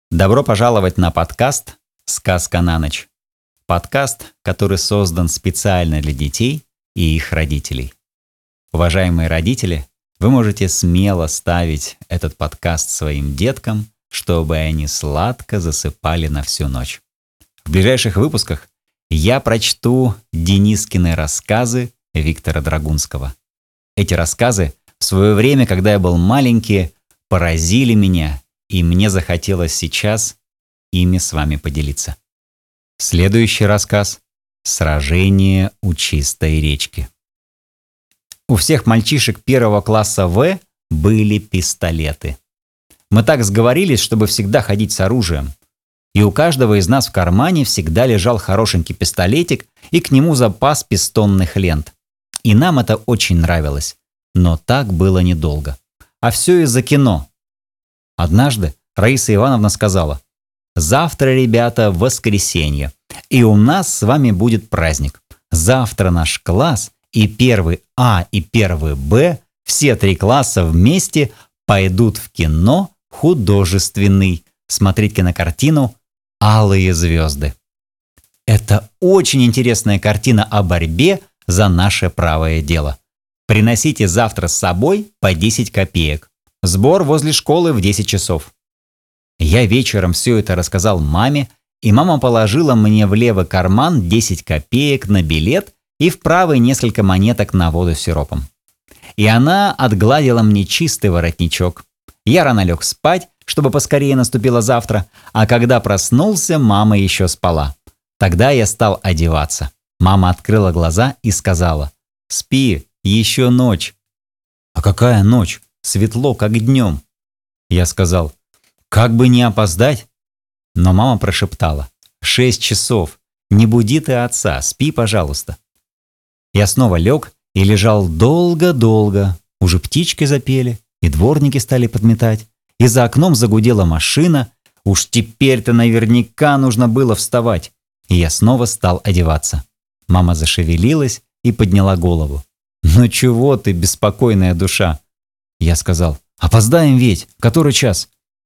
Добро пожаловать на подкаст «Сказка на ночь». Подкаст, который создан специально для детей и их родителей. Уважаемые родители, вы можете смело ставить этот подкаст своим деткам, чтобы они сладко засыпали на всю ночь. В ближайших выпусках я прочту Денискины рассказы Виктора Драгунского. Эти рассказы в свое время, когда я был маленький, поразили меня, и мне захотелось сейчас ими с вами поделиться. Следующий рассказ «Сражение у чистой речки». У всех мальчишек первого класса В были пистолеты. Мы так сговорились, чтобы всегда ходить с оружием. И у каждого из нас в кармане всегда лежал хорошенький пистолетик и к нему запас пистонных лент. И нам это очень нравилось. Но так было недолго. А все из-за кино. Однажды Раиса Ивановна сказала: «Завтра, ребята, воскресенье, и у нас с вами будет праздник. Завтра наш класс и первый А и первый Б, все 3 класса вместе пойдут в кино художественный, смотреть кинокартину «Алые звезды». Это очень интересная картина о борьбе за наше правое дело. Приносите завтра с собой по 10 копеек. Сбор возле школы в 10 часов». Я вечером все это рассказал маме, и мама положила мне в левый карман 10 копеек на билет и в правый несколько монеток на воду с сиропом. И она отгладила мне чистый воротничок. Я рано лег спать, чтобы поскорее наступило завтра, а когда проснулся, мама еще спала. Тогда я стал одеваться. Мама открыла глаза и сказала: «Спи, еще ночь». «А какая ночь? Светло, как днем». Я сказал: «Как бы не опоздать». Но мама прошептала: 6 часов. Не буди ты отца, спи, пожалуйста. Я снова лег и лежал долго-долго. Уже птички запели, и дворники стали подметать, и за окном загудела машина. Уж теперь-то наверняка нужно было вставать. И я снова стал одеваться. Мама зашевелилась и подняла голову. «Ну чего ты, беспокойная душа?» Я сказал: «Опоздаем ведь, который час?»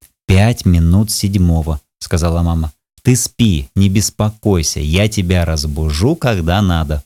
5 минут 7, сказала мама. «Ты спи, не беспокойся, я тебя разбужу, когда надо».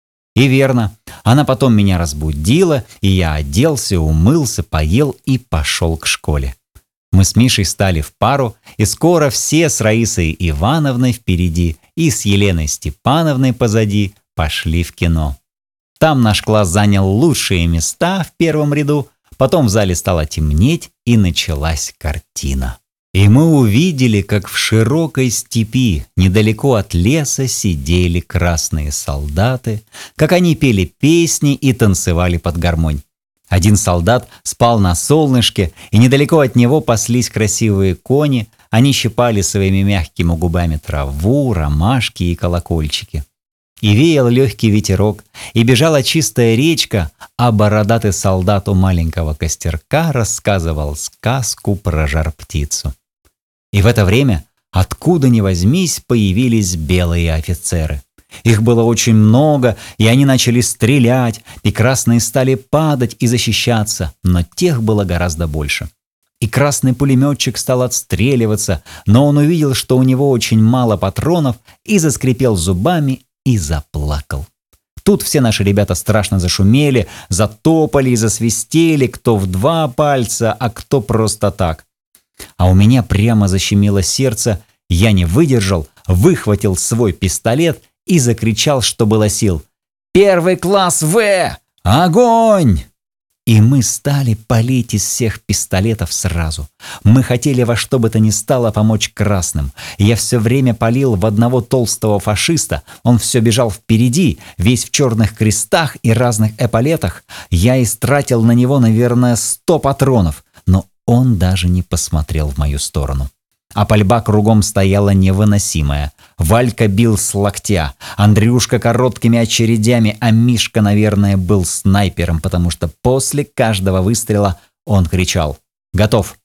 И верно, она потом меня разбудила, и я оделся, умылся, поел и пошел к школе. Мы с Мишей стали в пару, и скоро все с Раисой Ивановной впереди и с Еленой Степановной позади пошли в кино. Там наш класс занял лучшие места в первом ряду, потом в зале стало темнеть, и началась картина. И мы увидели, как в широкой степи, недалеко от леса, сидели красные солдаты, как они пели песни и танцевали под гармонь. Один солдат спал на солнышке, и недалеко от него паслись красивые кони, они щипали своими мягкими губами траву, ромашки и колокольчики. И веял легкий ветерок, и бежала чистая речка, а бородатый солдат у маленького костерка рассказывал сказку про жар-птицу. И в это время, откуда ни возьмись, появились белые офицеры. Их было очень много, и они начали стрелять, и красные стали падать и защищаться, но тех было гораздо больше. И красный пулеметчик стал отстреливаться, но он увидел, что у него очень мало патронов, и заскрипел зубами, и заплакал. Тут все наши ребята страшно зашумели, затопали и засвистели, кто в 2 пальца, а кто просто так. А у меня прямо защемило сердце, я не выдержал, выхватил свой пистолет и закричал, что было сил: «Первый класс В! Огонь!» И мы стали палить из всех пистолетов сразу. Мы хотели во что бы то ни стало помочь красным. Я все время палил в одного толстого фашиста. Он все бежал впереди, весь в черных крестах и разных эполетах. Я истратил на него, наверное, 100 патронов, но он даже не посмотрел в мою сторону. А пальба кругом стояла невыносимая. Валька бил с локтя, Андрюшка короткими очередями, а Мишка, наверное, был снайпером, потому что после каждого выстрела он кричал: «Готов!».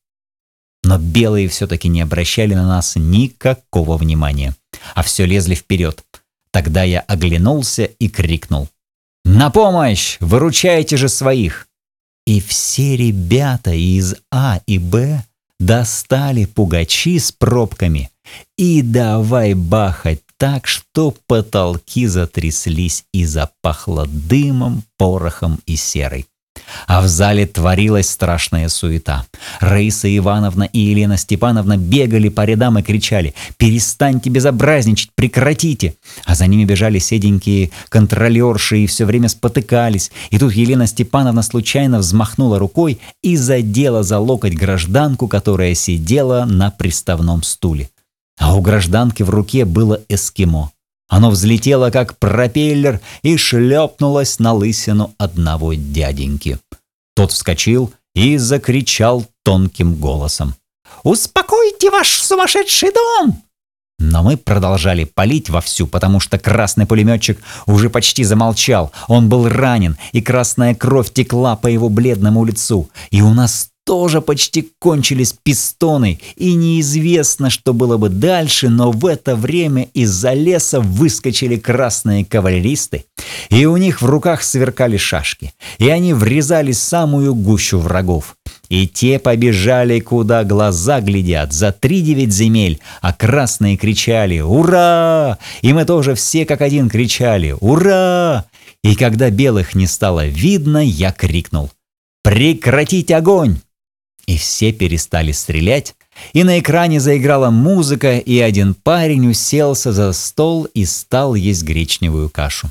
Но белые все-таки не обращали на нас никакого внимания, а все лезли вперед. Тогда я оглянулся и крикнул: «На помощь! Выручайте же своих!». И все ребята из А и Б достали пугачи с пробками и давай бахать так, что потолки затряслись и запахло дымом, порохом и серой. А в зале творилась страшная суета. Раиса Ивановна и Елена Степановна бегали по рядам и кричали: «Перестаньте безобразничать, прекратите!» А за ними бежали седенькие контролерши и все время спотыкались. И тут Елена Степановна случайно взмахнула рукой и задела за локоть гражданку, которая сидела на приставном стуле. А у гражданки в руке было эскимо. Оно взлетело, как пропеллер, и шлепнулось на лысину одного дяденьки. Тот вскочил и закричал тонким голосом: «Успокойте ваш сумасшедший дом!» Но мы продолжали палить вовсю, потому что красный пулеметчик уже почти замолчал. Он был ранен, и красная кровь текла по его бледному лицу. И у нас тоже почти кончились пистоны, и неизвестно, что было бы дальше, но в это время из-за леса выскочили красные кавалеристы, и у них в руках сверкали шашки, и они врезались в самую гущу врагов. И те побежали, куда глаза глядят, за 3-9 земель, а красные кричали «Ура!» И мы тоже все как один кричали «Ура!» И когда белых не стало видно, я крикнул: «Прекратить огонь!» И все перестали стрелять, и на экране заиграла музыка, и один парень уселся за стол и стал есть гречневую кашу.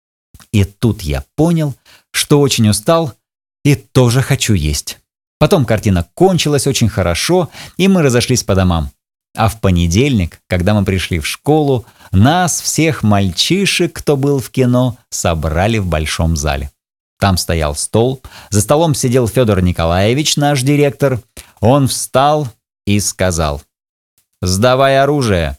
И тут я понял, что очень устал и тоже хочу есть. Потом картина кончилась очень хорошо, и мы разошлись по домам. А в понедельник, когда мы пришли в школу, нас, всех мальчишек, кто был в кино, собрали в большом зале. Там стоял стол, за столом сидел Федор Николаевич, наш директор. Он встал и сказал: «Сдавай оружие».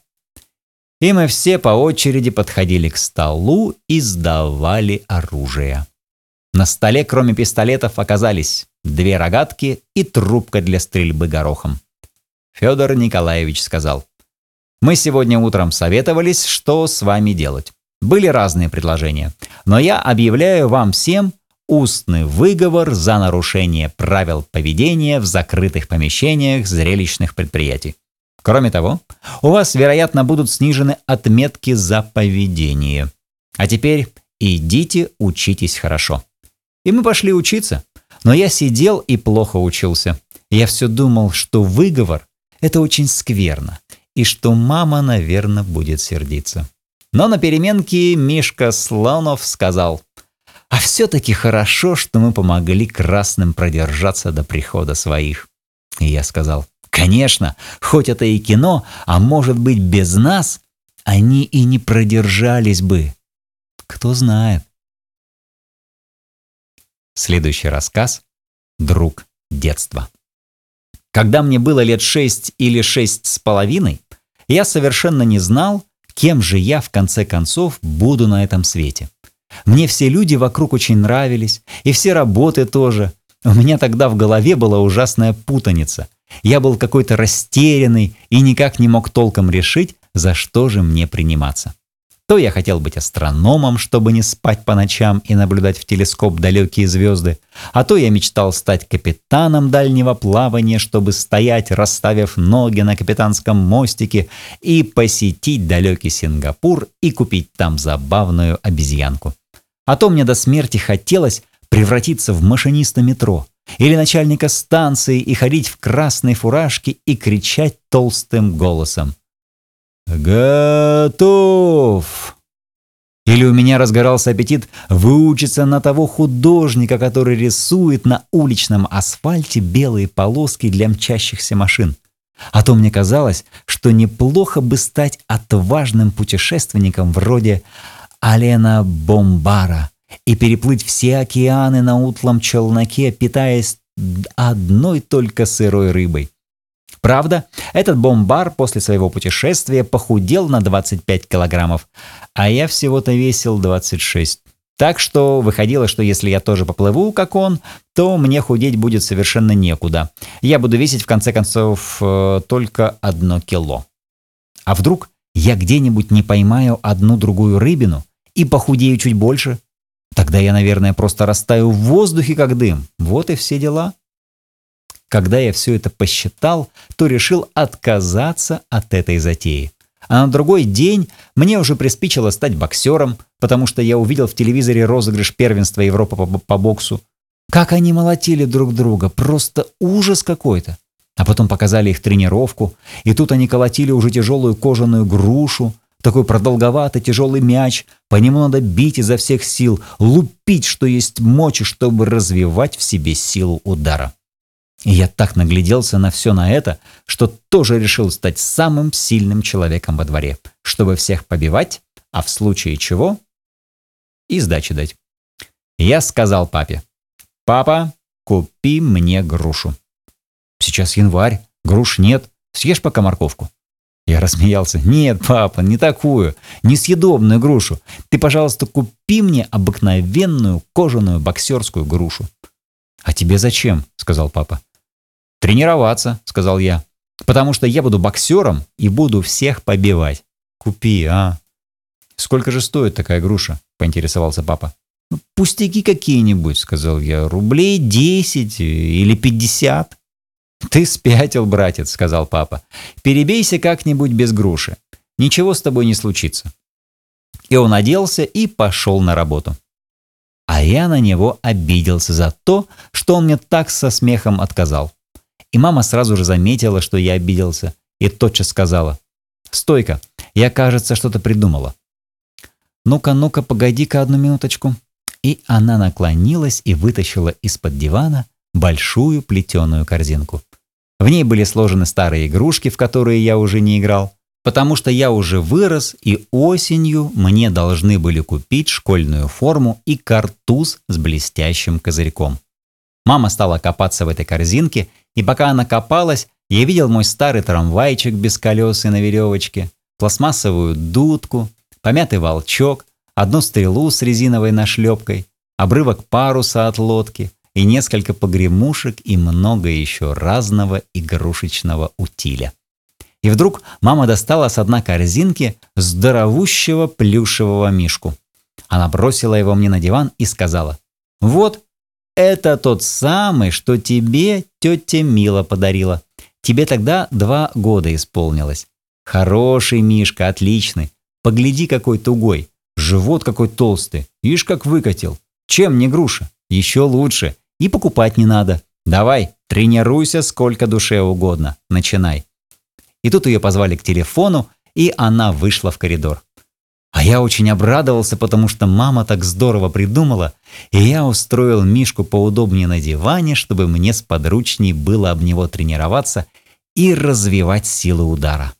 И мы все по очереди подходили к столу и сдавали оружие. На столе, кроме пистолетов, оказались 2 рогатки и трубка для стрельбы горохом. Федор Николаевич сказал: «Мы сегодня утром советовались, что с вами делать. Были разные предложения, но я объявляю вам всем устный выговор за нарушение правил поведения в закрытых помещениях зрелищных предприятий. Кроме того, у вас, вероятно, будут снижены отметки за поведение. А теперь идите учитесь хорошо». И мы пошли учиться, но я сидел и плохо учился. Я все думал, что выговор – это очень скверно, и что мама, наверное, будет сердиться. Но на переменке Мишка Слонов сказал: «А все-таки хорошо, что мы помогли красным продержаться до прихода своих». И я сказал: «Конечно, хоть это и кино, а может быть, без нас они и не продержались бы. Кто знает». Следующий рассказ «Друг детства». Когда мне было лет 6 или 6,5, я совершенно не знал, кем же я в конце концов буду на этом свете. Мне все люди вокруг очень нравились, и все работы тоже. У меня тогда в голове была ужасная путаница. Я был какой-то растерянный и никак не мог толком решить, за что же мне приниматься. То я хотел быть астрономом, чтобы не спать по ночам и наблюдать в телескоп далекие звезды, а то я мечтал стать капитаном дальнего плавания, чтобы стоять, расставив ноги на капитанском мостике и посетить далекий Сингапур и купить там забавную обезьянку. А то мне до смерти хотелось превратиться в машиниста метро или начальника станции и ходить в красной фуражке и кричать толстым голосом: «Готов!» Или у меня разгорался аппетит выучиться на того художника, который рисует на уличном асфальте белые полоски для мчащихся машин. А то мне казалось, что неплохо бы стать отважным путешественником вроде Алена Бомбара и переплыть все океаны на утлом челноке, питаясь одной только сырой рыбой. Правда, этот Бомбар после своего путешествия похудел на 25 килограммов, а я всего-то весил 26. Так что выходило, что если я тоже поплыву, как он, то мне худеть будет совершенно некуда. Я буду весить, в конце концов, только 1 кило. А вдруг я где-нибудь не поймаю одну-другую рыбину и похудею чуть больше? Тогда я, наверное, просто растаю в воздухе, как дым. Вот и все дела. Когда я все это посчитал, то решил отказаться от этой затеи. А на другой день мне уже приспичило стать боксером, потому что я увидел в телевизоре розыгрыш первенства Европы по боксу. Как они молотили друг друга, просто ужас какой-то. А потом показали их тренировку, и тут они колотили уже тяжелую кожаную грушу, такой продолговатый тяжелый мяч, по нему надо бить изо всех сил, лупить, что есть мочи, чтобы развивать в себе силу удара. И я так нагляделся на все на это, что тоже решил стать самым сильным человеком во дворе, чтобы всех побивать, а в случае чего и сдачи дать. Я сказал папе: «Папа, купи мне грушу». «Сейчас январь, груш нет, съешь пока морковку». Я рассмеялся: «Нет, папа, не такую, несъедобную грушу. Ты, пожалуйста, купи мне обыкновенную кожаную боксерскую грушу». «А тебе зачем?» – сказал папа. «Тренироваться», – сказал я, «потому что я буду боксером и буду всех побивать». «Купи, а?» «Сколько же стоит такая груша?» – поинтересовался папа. «Пустяки какие-нибудь», – сказал я, «рублей 10 или 50». «Ты спятил, братец», — сказал папа. «Перебейся как-нибудь без груши. Ничего с тобой не случится». И он оделся и пошел на работу. А я на него обиделся за то, что он мне так со смехом отказал. И мама сразу же заметила, что я обиделся, и тотчас сказала: «Стой-ка, я, кажется, что-то придумала». «Ну-ка, погоди-ка одну минуточку». И она наклонилась и вытащила из-под дивана большую плетеную корзинку. В ней были сложены старые игрушки, в которые я уже не играл, потому что я уже вырос, и осенью мне должны были купить школьную форму и картуз с блестящим козырьком. Мама стала копаться в этой корзинке, и пока она копалась, я видел мой старый трамвайчик без колес и на веревочке, пластмассовую дудку, помятый волчок, одну стрелу с резиновой нашлепкой, обрывок паруса от лодки и несколько погремушек и много еще разного игрушечного утиля. И вдруг мама достала с дна корзинки здоровущего плюшевого мишку. Она бросила его мне на диван и сказала: «Вот, это тот самый, что тебе тетя Мила подарила. Тебе тогда 2 года исполнилось. Хороший мишка, отличный. Погляди, какой тугой. Живот какой толстый. Ишь, как выкатил. Чем не груша? Еще лучше. И покупать не надо. Давай, тренируйся сколько душе угодно. Начинай». И тут ее позвали к телефону, и она вышла в коридор. А я очень обрадовался, потому что мама так здорово придумала, и я устроил Мишку поудобнее на диване, чтобы мне сподручней было об него тренироваться и развивать силу удара.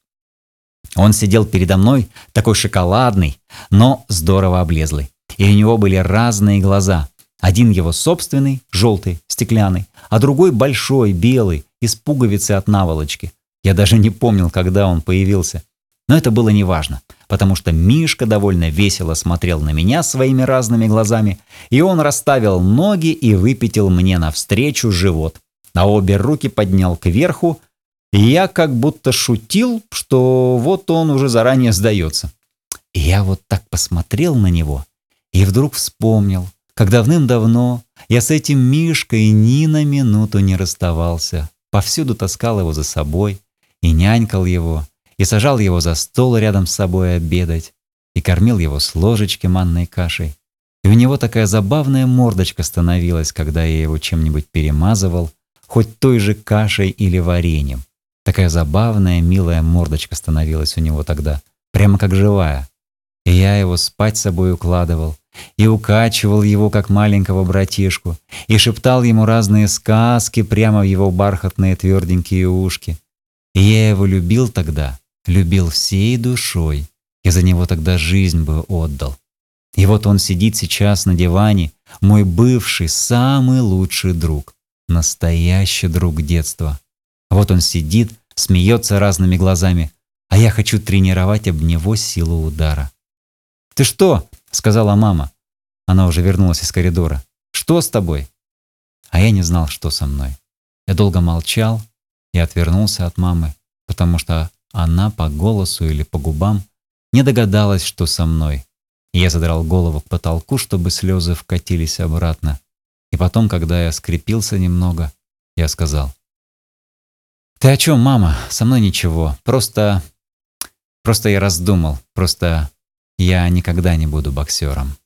Он сидел передо мной, такой шоколадный, но здорово облезлый. И у него были разные глаза. Один его собственный, желтый, стеклянный, а другой большой, белый, из пуговицы от наволочки. Я даже не помнил, когда он появился. Но это было неважно, потому что Мишка довольно весело смотрел на меня своими разными глазами, и он расставил ноги и выпятил мне навстречу живот, а обе руки поднял кверху, и я как будто шутил, что вот он уже заранее сдается. И я вот так посмотрел на него, и вдруг вспомнил, как давным-давно я с этим Мишкой ни на минуту не расставался, повсюду таскал его за собой и нянькал его, и сажал его за стол рядом с собой обедать, и кормил его с ложечки манной кашей. И у него такая забавная мордочка становилась, когда я его чем-нибудь перемазывал, хоть той же кашей или вареньем. Такая забавная, милая мордочка становилась у него тогда, прямо как живая. И я его спать с собой укладывал, и укачивал его, как маленького братишку, и шептал ему разные сказки прямо в его бархатные тверденькие ушки. И я его любил тогда, любил всей душой. Я за него тогда жизнь бы отдал. И вот он сидит сейчас на диване, мой бывший, самый лучший друг, настоящий друг детства. Вот он сидит, смеется разными глазами, а я хочу тренировать об него силу удара. «Ты что?» — сказала мама. Она уже вернулась из коридора. «Что с тобой?» А я не знал, что со мной. Я долго молчал и отвернулся от мамы, потому что она по голосу или по губам не догадалась, что со мной. И я задрал голову к потолку, чтобы слезы вкатились обратно. И потом, когда я скрепился немного, я сказал: Ты о чем, мама? Со мной ничего. Просто я раздумал. Просто я никогда не буду боксером.